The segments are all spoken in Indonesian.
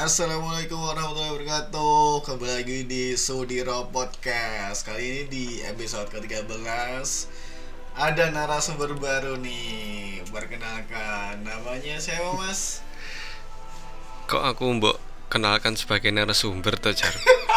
Assalamualaikum warahmatullahi wabarakatuh. Kembali lagi di Sudiro Podcast. Kali ini di episode ke-13 ada narasumber baru nih. Perkenalkan, namanya siapa mas? Kok aku mbok kenalkan sebagai narasumber tuh, Jar?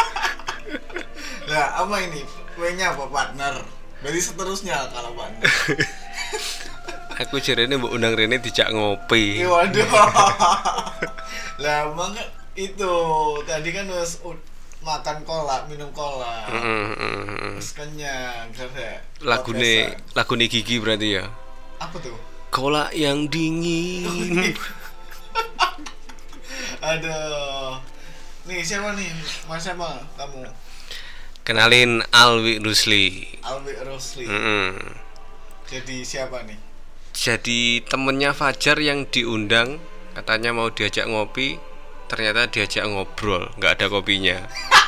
Nah, apa ini? Kuenya apa partner? Berarti seterusnya kalau partner. Aku jarene mbok undang rene dijak ngopi. Waduh. Lah, mangga itu tadi kan mas makan cola, minum cola. Terus kenyang karena Lagune Gigi berarti ya. apa tuh? Cola yang dingin. Aduh. Nih siapa nih? Mas siapa kamu? Kenalin Alwi Rusli. Alwi Rosli. Jadi siapa nih? Jadi temennya Fajar yang diundang, katanya mau diajak ngopi, ternyata diajak ngobrol, nggak ada kopinya.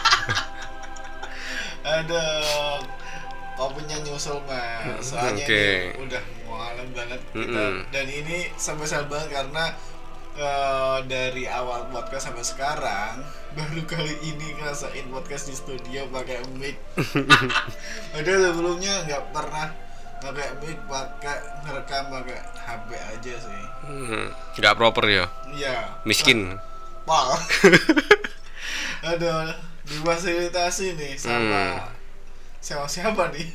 Aduh. Kopinya nyusul mas. Soalnya Oke. ini udah malam banget kita. Dan ini spesial banget karena dari awal podcast sampai sekarang baru kali ini ngerasain podcast di studio pakai mic. Padahal sebelumnya nggak pernah pakai mic, pakai ngerekam pakai HP aja sih. Nggak proper ya, Iya. miskin. Pal. Aduh, difasilitasi nih sama siapa nih?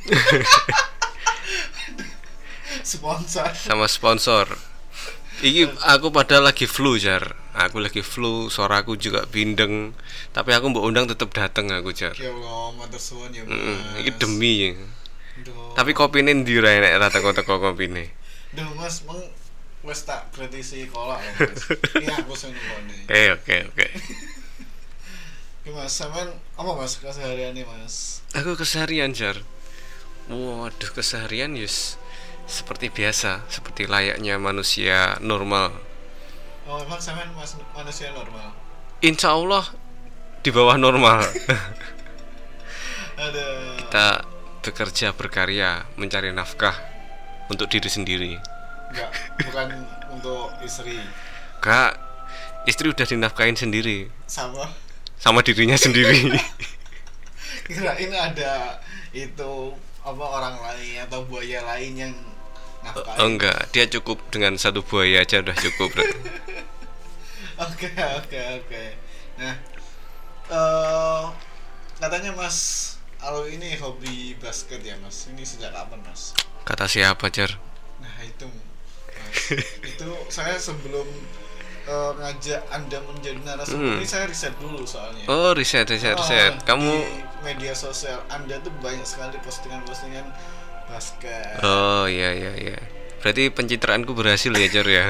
Sponsor. Sama sponsor. Iki aku padahal lagi flu, Jar. Aku lagi flu, suaraku juga bindeng. Tapi aku mbok undang tetep dateng aku, Jar. Ya Allah, matur suwun ya mas. Iki demi. Duh. Tapi kopine ndi ra enek ra teko-teko kopine. Duh mas, wes tak kritisi kolak ya mas. Iya aku seneng nih. Oke. Oke mas, sampean apa mas kesehariannya mas? Aku keseharian, Jar. Waduh, keseharian yus seperti biasa, seperti layaknya manusia normal. Oh emang sampean mas manusia normal? Insya Allah di bawah normal. Aduh. Kita bekerja, berkarya, mencari nafkah untuk diri sendiri. Enggak, bukan untuk istri. Kak, istri udah dinafkahin sendiri Sama dirinya sendiri. kirain ada itu apa orang lain atau buaya lain yang nafkahin. Oh enggak, dia cukup dengan satu buaya aja udah cukup. Oke. Nah, katanya Mas Alwi ini hobi basket ya Mas. Ini sejak kapan Mas? Kata siapa, Jar? Nah itu Mas, itu saya sebelum ngajak Anda menjadi narasumber ini saya riset dulu soalnya. Oh, riset. Kamu di media sosial Anda tuh banyak sekali postingan-postingan basket. Oh, iya. Berarti pencitraanku berhasil ya, Jar ya.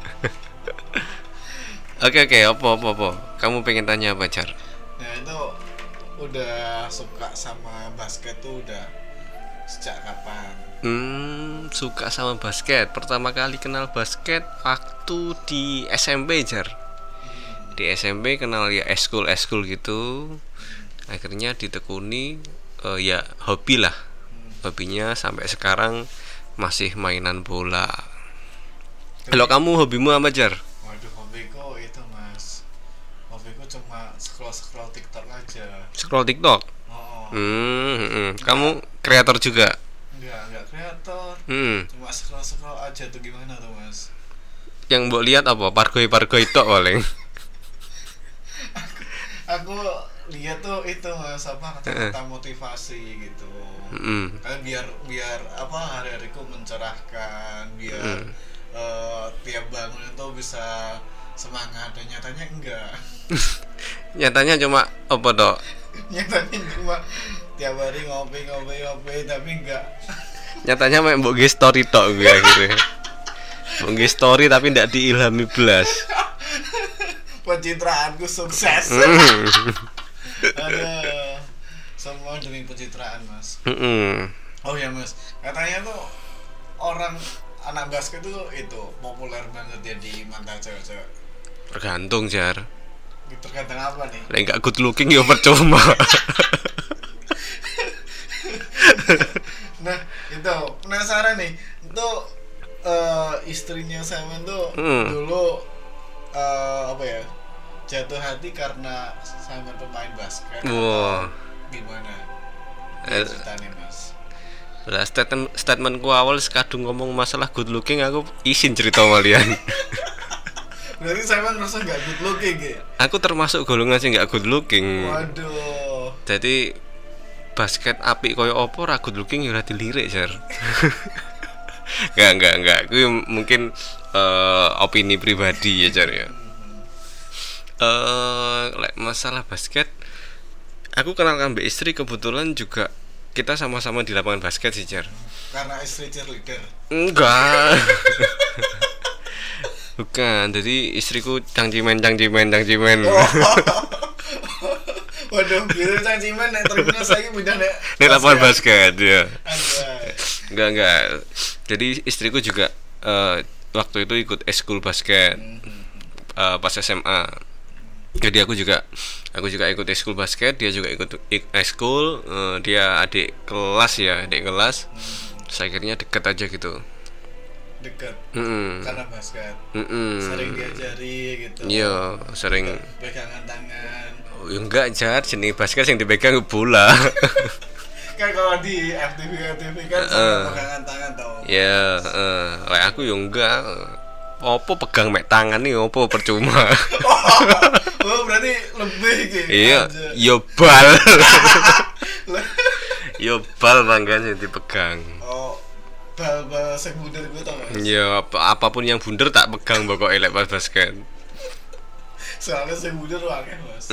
Oke, apa? Kamu pengen tanya apa, Jar? Nah itu udah suka sama basket tuh udah sejak kapan? Suka sama basket. Pertama kali kenal basket waktu di SMP, Jar. Di SMP kenal ya eskul gitu. Akhirnya ditekuni ya hobi lah. Hobinya sampai sekarang masih mainan bola. Kalau kamu hobimu apa, Jar? Waduh, hobiku itu Mas. Hobiku cuma scroll TikTok aja. Scroll TikTok. Oh, Kamu kreator juga? enggak kreator. Cuma scroll aja tuh gimana tuh Mas? Yang mbok lihat apa? Pargoy tok paling. Aku lihat tuh itu Mas apa kata-kata motivasi gitu. Kan biar apa hari-hariku mencerahkan, biar tiap bangun itu bisa semangat. Dan nyatanya enggak. Nyatanya cuma apa toh? Nyatanya cuma tiap hari ngopi tapi enggak. Nyatanya mek mbok nge story tok gue akhirnya. Mbok nge story tapi ndak diilhami blas. Pencitraanku sukses. Ada semua demi pencitraan Mas. Oh ya Mas, katanya tuh orang anak basket tuh itu populer banget ya di mata cewek-cewek. Tergantung, Jar. Tergantung apa nih? Lek enggak good looking ya percuma. Nah itu penasaran nih, itu istrinya Simon tuh dulu apa ya, jatuh hati karena sama pemain basket Wah. atau gimana ceritanya Mas? Lah statementku awal sekadung ngomong masalah good looking, aku izin cerita kalian. Berarti saya ngerasa nggak good looking ya? Aku termasuk golongan sing nggak good looking. Waduh. Jadi basket apik koyo opo ra good looking ya ora dilirik, Jar. Enggak. Kuwi mungkin opini pribadi ya, Jar ya. Masalah basket, aku kenal kan mbak istri, kebetulan juga kita sama-sama di lapangan basket sih, Jar. Karena istri cheerleader? Enggak. Bukan, jadi istriku cangcimen. Oh. Waduh, gitu cangcimen nek terima saya pindah nek lapangan basket ya. Anjay. Enggak. Jadi istriku juga waktu itu ikut eskul basket pas SMA. Jadi aku juga ikut eskul basket, dia juga ikut eskul, dia adik kelas. Terus akhirnya deket aja gitu. Deket. Karena basket. Sering diajari gitu. Iya, sering. Pegangan tangan. Oh, ya enggak, Jar, jenis basket yang dipegang bola. Kan kalau di FTV kan sama pegangan tangan tau. Ya, aku ya enggak. Opo pegang mek tangan nih, opo percuma. Oh, berarti lebih gitu. Iya, yo bal. Yo bal manggan sing dipegang. Oh, bal sing bunder gue tau gak? Ya apapun yang bunder tak pegang pokoknya lek pas basket. Soalnya sing bunder wae, Mas.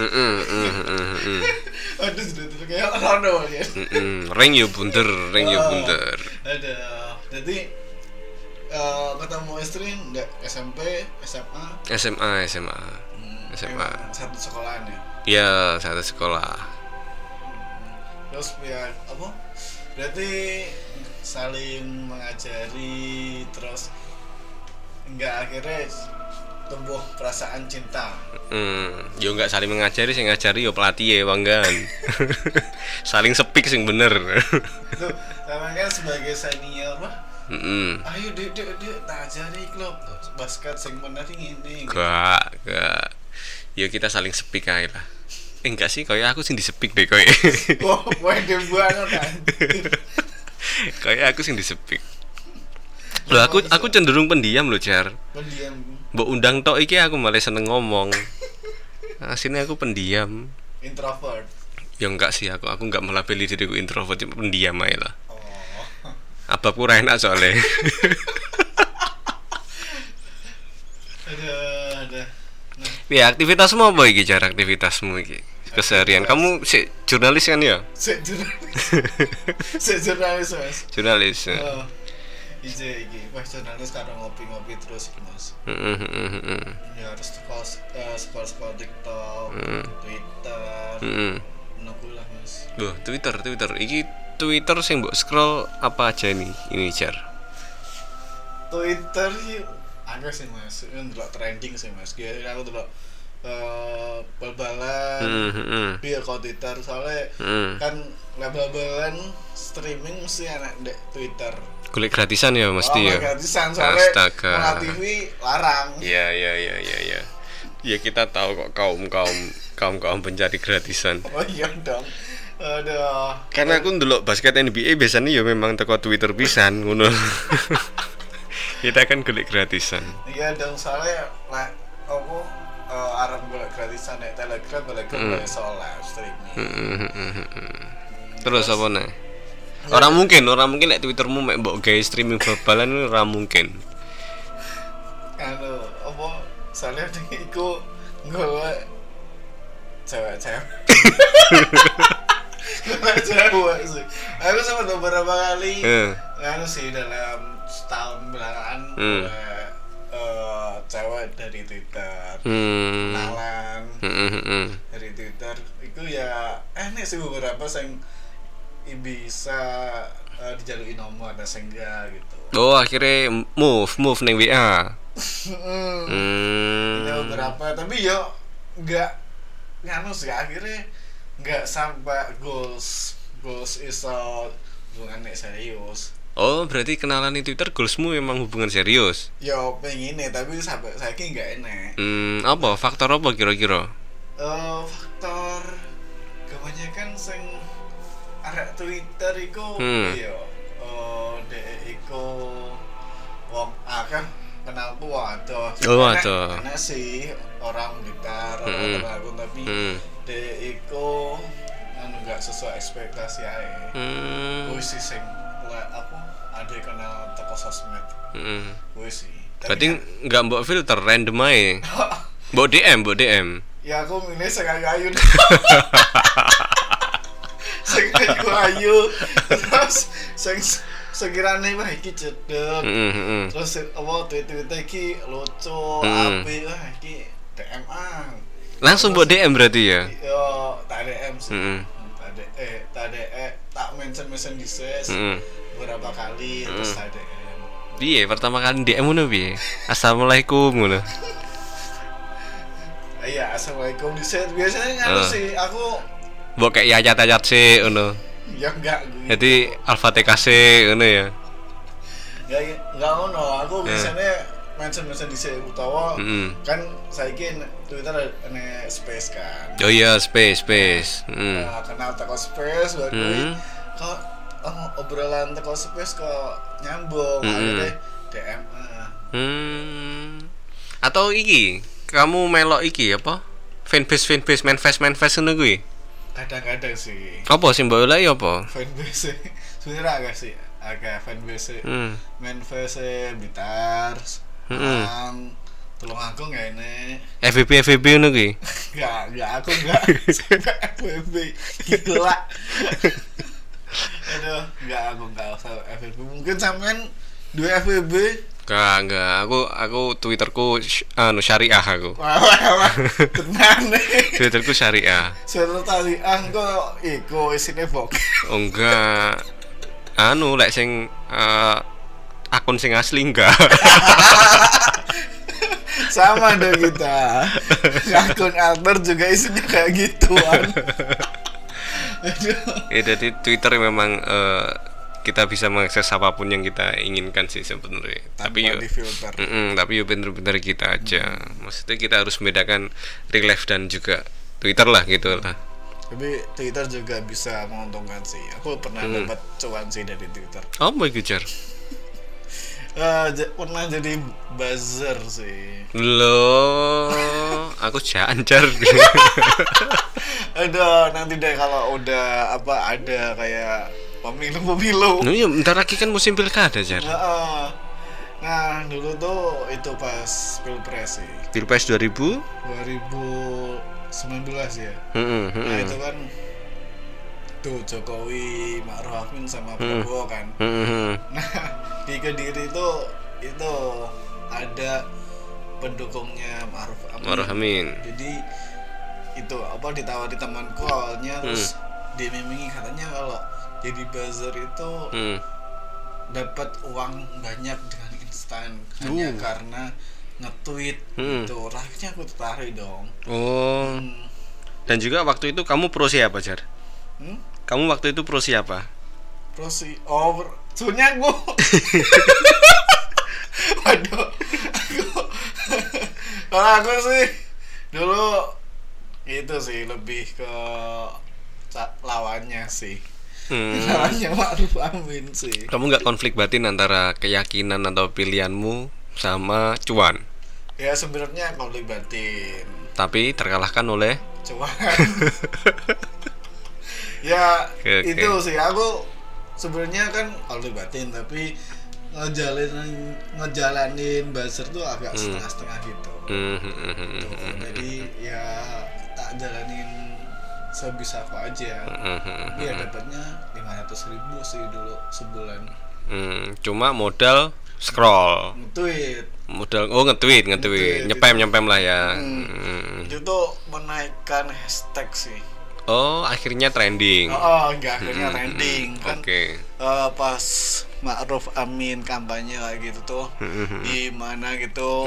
Aduh, sudah kayak rono ya. Ring yo bunder. Ada. Jadi ketemu istri enggak SMP, SMA? SMA. Satu sekolahan ya? Iya, satu sekolah. Terus ya apa? Berarti saling mengajari, terus enggak akhirnya tumbuh perasaan cinta. Yo enggak saling mengajari, sing ngajari yo pelatih ya, banggan. Saling sepik sing bener. Tuh, sama kan sebagai senior mah. Ayo dek tak ajari klub basket sing bener ini. Enggak. Ya kita saling sepik aja lah. Enggak sih, kayak aku sing disepik deh kayak. Wah, wede banget kan. Kayak aku sing disepik. Loh, aku cenderung pendiam loh, Jar. Pendiam. Mbok undang tok iki aku malah seneng ngomong. Aslinya aku pendiam. Introvert. Ya enggak sih, aku enggak melabeli diriku introvert, cuma pendiam aja lah. Oh. Ababku ora enak soalnya. Ada. Ya, aktivitasmu apa iki, Jar? Aktivitasmu iki keseharian. Kamu si jurnalis kan ya? Jurnalis, Mas. Jurnalis. Oh. Iki, wah jurnalis karo ngopi-ngopi terus, Mas. Ya harus scroll TikTok, Twitter. Nunggu lah, Mas. Loh, Twitter. Iki Twitter sing mbok scroll apa aja nih? Ini, Jar. Twitter sih agak sih, Mas. Ndelok trending sih, Mas. Kira aku ndelok bal-balan. Biar kalau Twitter soalnya kan bal-balan streaming mesti anak dek Twitter. Kulit gratisan ya mesti ya. Gratisan soalnya. Astaga. TV larang. Ya. Ya kita tahu kok kaum pencari gratisan. Oh iya dong. Aduh. Karena aku ndelok basket NBA biasanya ya memang teko Twitter pisan ngono. Kita kan kulit gratisan. Iya dong, soalnya lah aku arep golek gratisan nek Telegram boleh soal streaming. Terus apa nih? Orang mungkin nek Twittermu mek mbok gawe streaming bal-balan ora mungkin. Apa soalnya iku golek cewek-cewek. Cewek sih. Aku sempat beberapa kali sih dalam setahun belakangan cewek dari Twitter, kenalan dari Twitter. Itu ya nek sih beberapa yang bisa dijaluki nomor ada sehingga gitu. Oh, akhirnya move neng WA. Ada beberapa, tapi yo enggak nganu sih, akhirnya enggak sampai goals iso hubungan nek serius. Oh, berarti kenalan di Twitter goalsmu memang hubungan serius. Ya pengen nih, tapi sampai saiki nggak enak. Apa faktor apa kira-kira? Faktor kebanyakan sing arek Twitter iku iya dek iku wong akeh kenalku waduh. Enak sih orang Blitar orang aku tapi dek iku nggak sesuai ekspektasi ae. Wis sing aku ada kenal toko sosmed. Wis sih. Berarti nggak mbok filter random ae. Mbok DM. Ya aku milih sing ayu-ayu. Sing ayu. Terus sing sekiranya wah iki cedek. Terus apa tweet iki lucu, apik wah iki DM an. Langsung mbok DM berarti ya? Yo, tak DM sih. Tak mention di ses beberapa kali terus tak DM. Piye pertama kali DM ngono piye? Assalamualaikum ngono. Iya, assalamualaikum di set biasanya nganu sih aku mbok kayak ayat-ayat sih ngono. Ya enggak gitu. Jadi Al-Fatihah ngono ya. Enggak ngono, aku biasanya mention di set utawa kan saiki Twitter ana space kan. Oh iya, space. Kenal teko space baru kok obrolan teko space kok nyambung akhirnya DM. Atau iki kamu melok iki apa? Fanbase manifest ngono kuwi. Kadang-kadang sih. Apa sih mbok oleh apa? Fanbase. Sebenarnya agak fanbase. Manifest Blitar. Tolong aku enggak ini. FVP ngono kuwi. Enggak, aku enggak. FVP. Gila. Aduh, aku enggak usah FVP. Mungkin sampean dua FVP. Enggak, aku Twitterku syariah aku. Wah, tenan nih. Twitterku syariah. Syariah kok iku isine bok. Oh enggak. Lek sing akun sing asli enggak. Sama dong kita. Akun alter juga isinya kayak gituan. Jadi Twitter memang kita bisa mengakses apapun yang kita inginkan sih sebenarnya. Tapi yo pinter-pinter kita aja. Maksudnya kita harus membedakan real life dan juga Twitter lah gitu lah. Tapi Twitter juga bisa menguntungkan sih. Aku pernah dapat cuan sih dari Twitter. Oh my god. Pernah jadi buzzer sih. Loh, aku jancar. Aduh, nanti deh kalau udah ada kayak pemilu. Iya, bentar lagi kan musim pilkada, Jar. Nah, dulu tuh itu pas Pilpres sih. Pilpres 2019 ya. Nah, itu kan tuh Jokowi, Ma'ruf Amin sama Prabowo kan. Nah, di Kediri itu ada pendukungnya Ma'ruf Amin. Jadi itu ditawari temanku awalnya terus dimimingi katanya kalau jadi buzzer itu dapat uang banyak dengan instan hanya karena nge-tweet gitu. Akhirnya aku tertarik dong. Dan juga waktu itu kamu pro siapa, Jar? Kamu waktu itu pro siapa? Sebenarnya aku waduh, kalau aku sih dulu itu sih lebih ke lawannya sih. Lawannya Ma'ruf Amin sih. Kamu nggak konflik batin antara keyakinan atau pilihanmu sama cuan? Ya sebenarnya konflik batin. Tapi terkalahkan oleh cuan. Ya itu sih aku sebenarnya kan konflik batin tapi ngejalanin buzzer tuh agak setengah-setengah gitu. Jadi ya tak jalanin sebisa aku aja. Iya dapatnya 500.000 sih dulu sebulan. Cuma modal scroll. Nge-tweet, nyepam lah ya. Itu tuh menaikkan hashtag sih. Oh, akhirnya trending. Enggak akhirnya trending kan. Pas Ma'ruf Amin kampanye kayak gitu tuh. Di mana gitu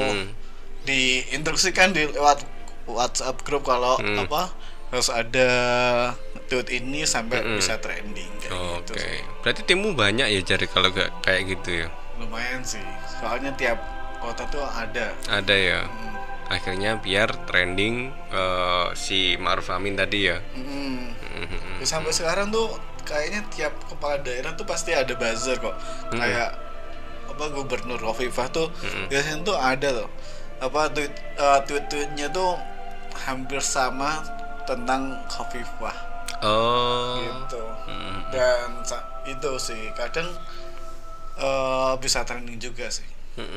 diinstruksikan di lewat WhatsApp grup kalau harus ada tweet ini sampai bisa trending kayak gitu Oke. sih. Berarti timmu banyak ya cari kalau gak kayak gitu ya. Lumayan sih, soalnya tiap kota tuh ada. Ada ya. Akhirnya biar trending si Ma'ruf Amin tadi ya. Terus sampai sekarang tuh kayaknya tiap kepala daerah tuh pasti ada buzzer kok. Kayak apa Gubernur Khofifah tuh biasanya tuh ada loh. Apa tweet-tweetnya tuh hampir sama tentang Khofifah Oh. gitu. Dan itu sih kadang bisa trending juga sih.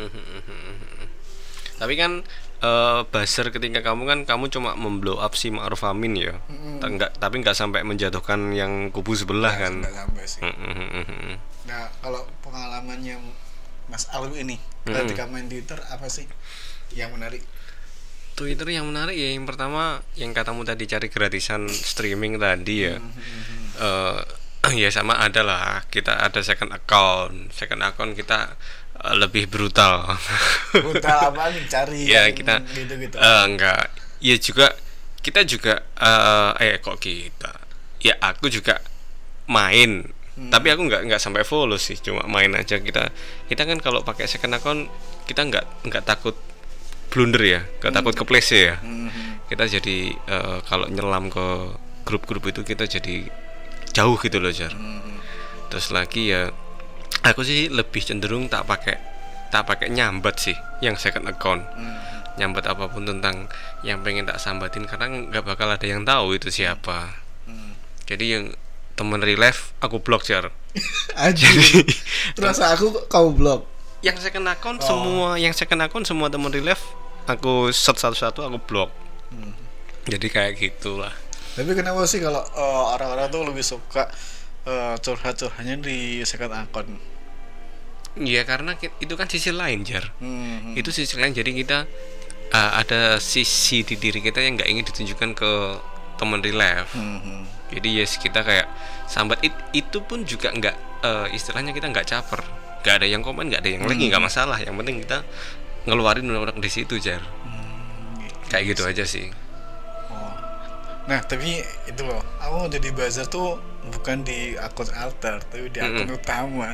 Tapi kan buzzer ketika kamu cuma memblow up si Ma'ruf Amin ya. Tapi nggak sampai menjatuhkan yang kubu sebelah kan. Nggak sampai sih. Nah, kalau pengalamannya Mas Alwi ini ketika main Twitter apa sih yang menarik? Twitter yang menarik ya yang pertama yang katamu tadi cari gratisan streaming tadi ya. Ya sama ada lah, kita ada second account kita lebih brutal. Brutal apa nih cari ya kita gitu-gitu. Enggak, ya juga kita juga kok kita ya aku juga main tapi aku nggak sampai follow sih, cuma main aja. Kita kan kalau pakai second account kita nggak takut blunder ya, nggak takut kepleset ya. Kita jadi kalau nyelam ke grup-grup itu kita jadi jauh gitu loh Jar. Terus lagi ya aku sih lebih cenderung tak pakai nyambat sih yang second account. Nyambat apapun tentang yang pengen tak sambatin karena nggak bakal ada yang tahu itu siapa. Jadi yang temen relive aku blok Jar. Jadi terus aku kau blok. Yang second account semua temen relive aku satu-satu aku blok. Jadi kayak gitulah. Tapi kenapa sih kalau orang-orang tuh lebih suka curhat-curhatnya di second account? Iya karena itu kan sisi lain Jar. Itu sisi lain, jadi kita ada sisi di diri kita yang nggak ingin ditunjukkan ke teman relive. Jadi yes kita kayak sambat itu pun juga nggak istilahnya kita nggak caper, nggak ada yang komen, nggak ada yang lagi, nggak masalah. Yang penting kita ngeluarin unek-unek di situ Jar. Kayak gitu aja sih. Nah tapi itu loh, aku jadi buzzer tuh bukan di akun alter tapi di akun utama.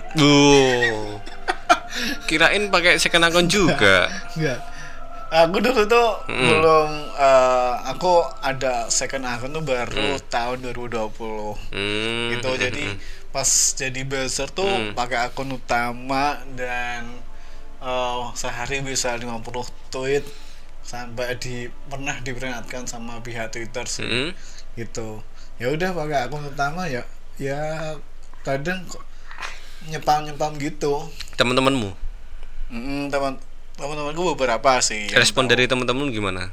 Kirain pakai second account juga. Enggak. Aku dulu tuh belum aku ada second account tuh baru tahun 2020. Gitu. Jadi pas jadi buzzer tuh pakai akun utama dan sehari bisa 50 tweet sampai pernah diperingatkan sama pihak Twitter sih. Gitu. Ya udah pakai akun utama ya kadang nyepam gitu. Teman-temanmu? Teman-temanku beberapa sih. Respon dari teman-teman gimana?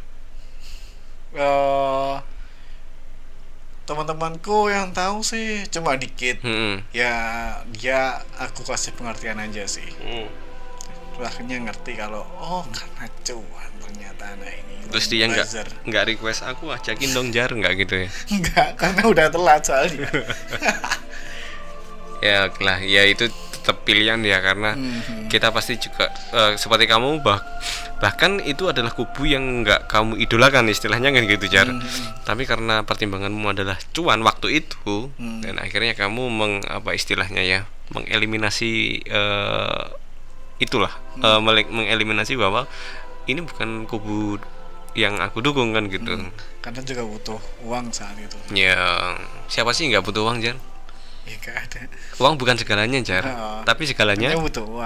Teman-temanku yang tahu sih cuma dikit. Ya dia aku kasih pengertian aja sih. Akhirnya ngerti kalau karena cuan ternyata anak ini. Terus dia nggak request aku ajakin dong Jar, nggak gitu ya? Nggak, karena udah telat soalnya. Ya lah, ya itu tetap pilihan ya karena kita pasti juga seperti kamu bahkan itu adalah kubu yang nggak kamu idolakan istilahnya kan gitu Jar. Tapi karena pertimbanganmu adalah cuan waktu itu dan akhirnya kamu istilahnya ya mengeliminasi itulah mengeliminasi bahwa ini bukan kubu yang aku dukung kan gitu. Karena juga butuh uang saat itu. Ya siapa sih nggak butuh uang Jar? Ya gak ada. Uang bukan segalanya Jar, tapi segalanya butuh uang.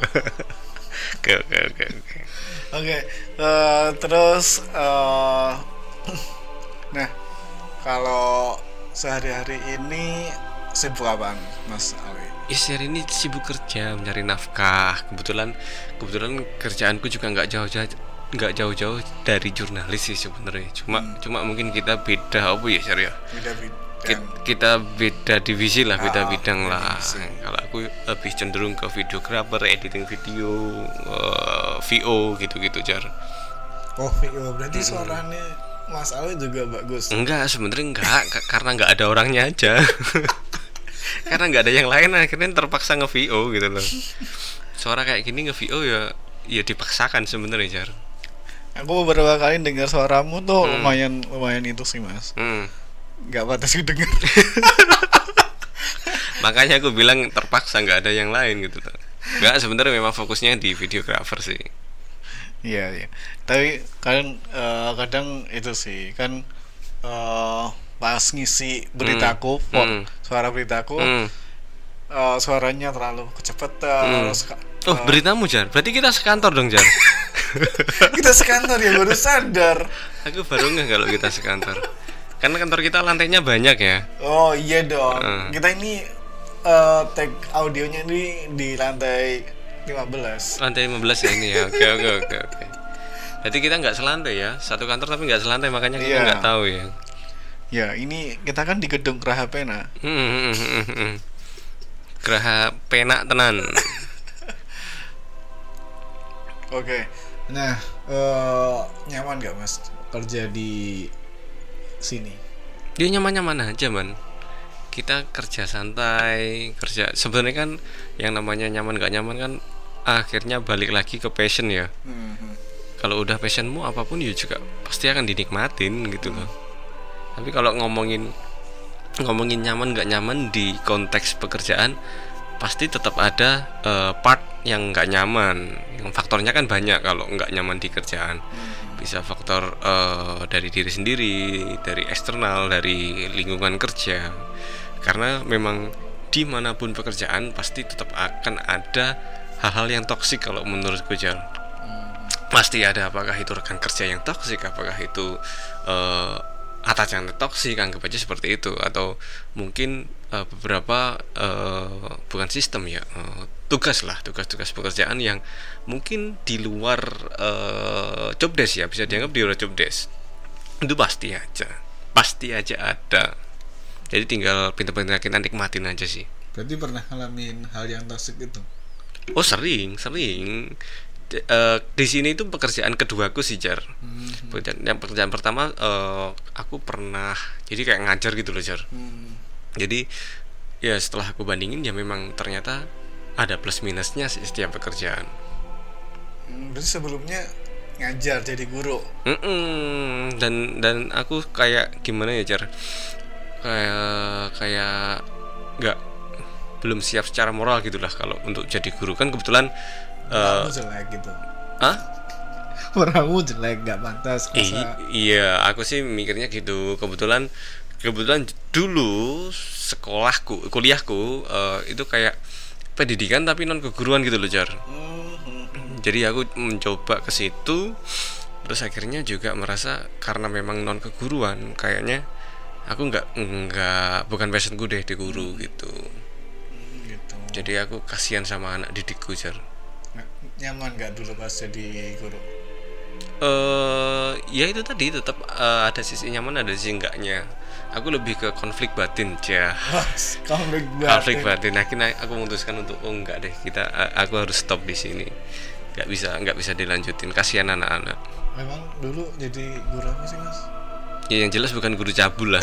Oke, terus nah kalau sehari-hari ini sibuk apaan Mas Alwi? Hari ini sibuk kerja mencari nafkah. Kebetulan kerjaanku juga nggak jauh-jauh dari jurnalis sih sebenarnya. Cuma mungkin kita beda apa ya Syar ya? Kita beda divisi lah, beda bidang lah. Kalau aku lebih cenderung ke videographer, editing video, VO gitu-gitu Jar. Oh VO, berarti suaranya Mas Alwi juga bagus. Enggak, sebenarnya enggak, karena nggak ada orangnya aja. Karena nggak ada yang lain akhirnya terpaksa nge-VO gitu loh. Suara kayak gini nge-VO ya dipaksakan sebenarnya Jar. Aku beberapa kali dengar suaramu tuh lumayan itu sih Mas. nggak pantas denger. Makanya aku bilang terpaksa nggak ada yang lain gitu loh. Nggak, sebenarnya memang fokusnya di videographer sih. Iya, iya. Tapi kan kadang itu sih kan pas ngisi beritaku, suara beritaku, suaranya terlalu kecepatan. Oh, beritamu Jar. Berarti kita sekantor dong Jar. Kita sekantor ya, baru sadar. Aku baru nggak kalau kita sekantor. Karena kantor kita lantainya banyak ya. Oh iya dong. Kita ini tag audionya ini di lantai 15. Lantai 15 ya ini ya. Oke. Jadi kita nggak selantai ya. Satu kantor tapi nggak selantai, makanya kita nggak tahu ya. Ya, ini kita kan di gedung Graha Pena. Graha Pena tenan. Oke. Nah, nyaman gak Mas kerja di sini? Dia nyaman-nyaman aja man. Kita kerja santai, kerja sebenarnya kan yang namanya nyaman gak nyaman kan akhirnya balik lagi ke passion ya. Kalau udah passionmu apapun ya juga pasti akan dinikmatin gitu loh. Tapi kalau ngomongin nyaman gak nyaman di konteks pekerjaan, pasti tetap ada part yang nggak nyaman. Yang faktornya kan banyak kalau nggak nyaman di kerjaan. Bisa faktor dari diri sendiri, dari eksternal, dari lingkungan kerja. Karena memang dimanapun pekerjaan pasti tetap akan ada hal-hal yang toksik kalau menurutku Jal. Pasti ada, apakah itu rekan kerja yang toksik, apakah itu atasan yang toksik, anggap aja seperti itu, atau mungkin beberapa bukan sistem ya, tugas pekerjaan yang mungkin di luar job desk ya, bisa dianggap di luar job desk. Itu pasti aja ada. Jadi tinggal pintar-pintar kita nikmatin aja sih. Berarti pernah ngalamin hal yang toksik itu? Oh sering. Di sini itu pekerjaan keduaku sih Jar. Pekerjaan pertama aku pernah jadi kayak ngajar gitu loh Jar. Jadi ya setelah aku bandingin ya memang ternyata ada plus minusnya sih setiap pekerjaan. Berarti sebelumnya ngajar jadi guru. Dan aku kayak gimana ya Jar? Kayak nggak, belum siap secara moral gitulah kalau untuk jadi guru. Kan kebetulan Warnamu jelek gitu. Hah? Warnamu jelek, gak pantas. Iya, aku sih mikirnya gitu. Kebetulan dulu kuliahku itu kayak pendidikan tapi non keguruan gitu loh Jar. Jadi aku mencoba ke situ, terus akhirnya juga merasa karena memang non keguruan, kayaknya aku bukan passionku deh di guru gitu. Jadi aku kasihan sama anak didikku Jar. Nyaman gak dulu pas jadi guru? Ya itu tadi tetap ada sisi nyaman, ada sisi enggaknya. Aku lebih ke konflik batin ya. Konflik batin. Akhirnya aku memutuskan untuk enggak deh, aku harus stop di sini. Enggak bisa dilanjutin. Kasihan anak-anak. Memang dulu jadi guru apa sih Mas? Ya yang jelas bukan guru cabul lah.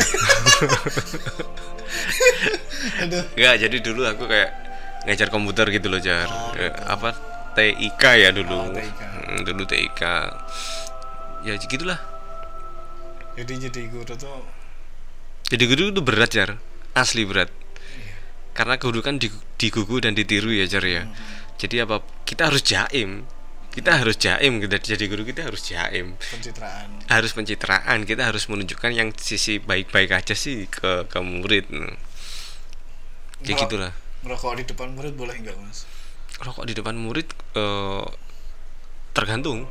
Aduh. Enggak, jadi dulu aku kayak ngajar komputer gitu loh Jar. Apa TIK ya dulu. Dulu TIK. Ya gitulah. Jadi guru tuh. Jadi guru itu berat Jar. Asli berat. Karena guru kan digugu dan ditiru ya Jar ya. Jadi apa, kita harus jaim. Kita jadi guru, kita harus jaim. Harus pencitraan. Kita harus menunjukkan yang sisi baik-baik aja sih ke murid. Kayak gitulah. Ngerokok di depan murid boleh enggak Mas? Rokok di depan murid tergantung.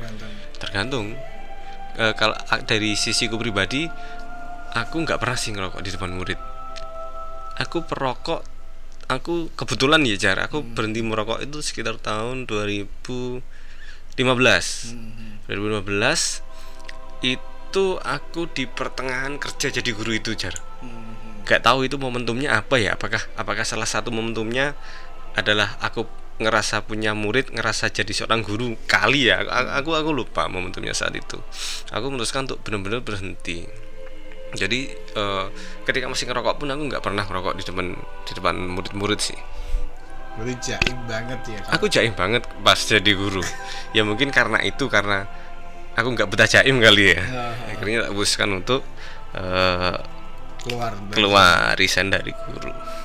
Kalau dari sisiku pribadi, aku nggak pernah sih ngerokok di depan murid. Aku kebetulan ya Jar, aku berhenti merokok itu sekitar tahun 2015. 2015 itu aku di pertengahan kerja jadi guru itu Jar. Gak tahu itu momentumnya apa ya, apakah salah satu momentumnya adalah aku ngerasa punya murid, ngerasa jadi seorang guru kali ya. Aku lupa momentumnya saat itu. Aku memutuskan untuk benar-benar berhenti. Jadi ketika masih ngerokok pun aku nggak pernah ngerokok di depan murid-murid sih. Berarti jaim banget ya? Aku jaim banget pas jadi guru. Ya mungkin karena aku nggak betah jaim kali ya. Akhirnya tak putuskan untuk keluar resign dari guru.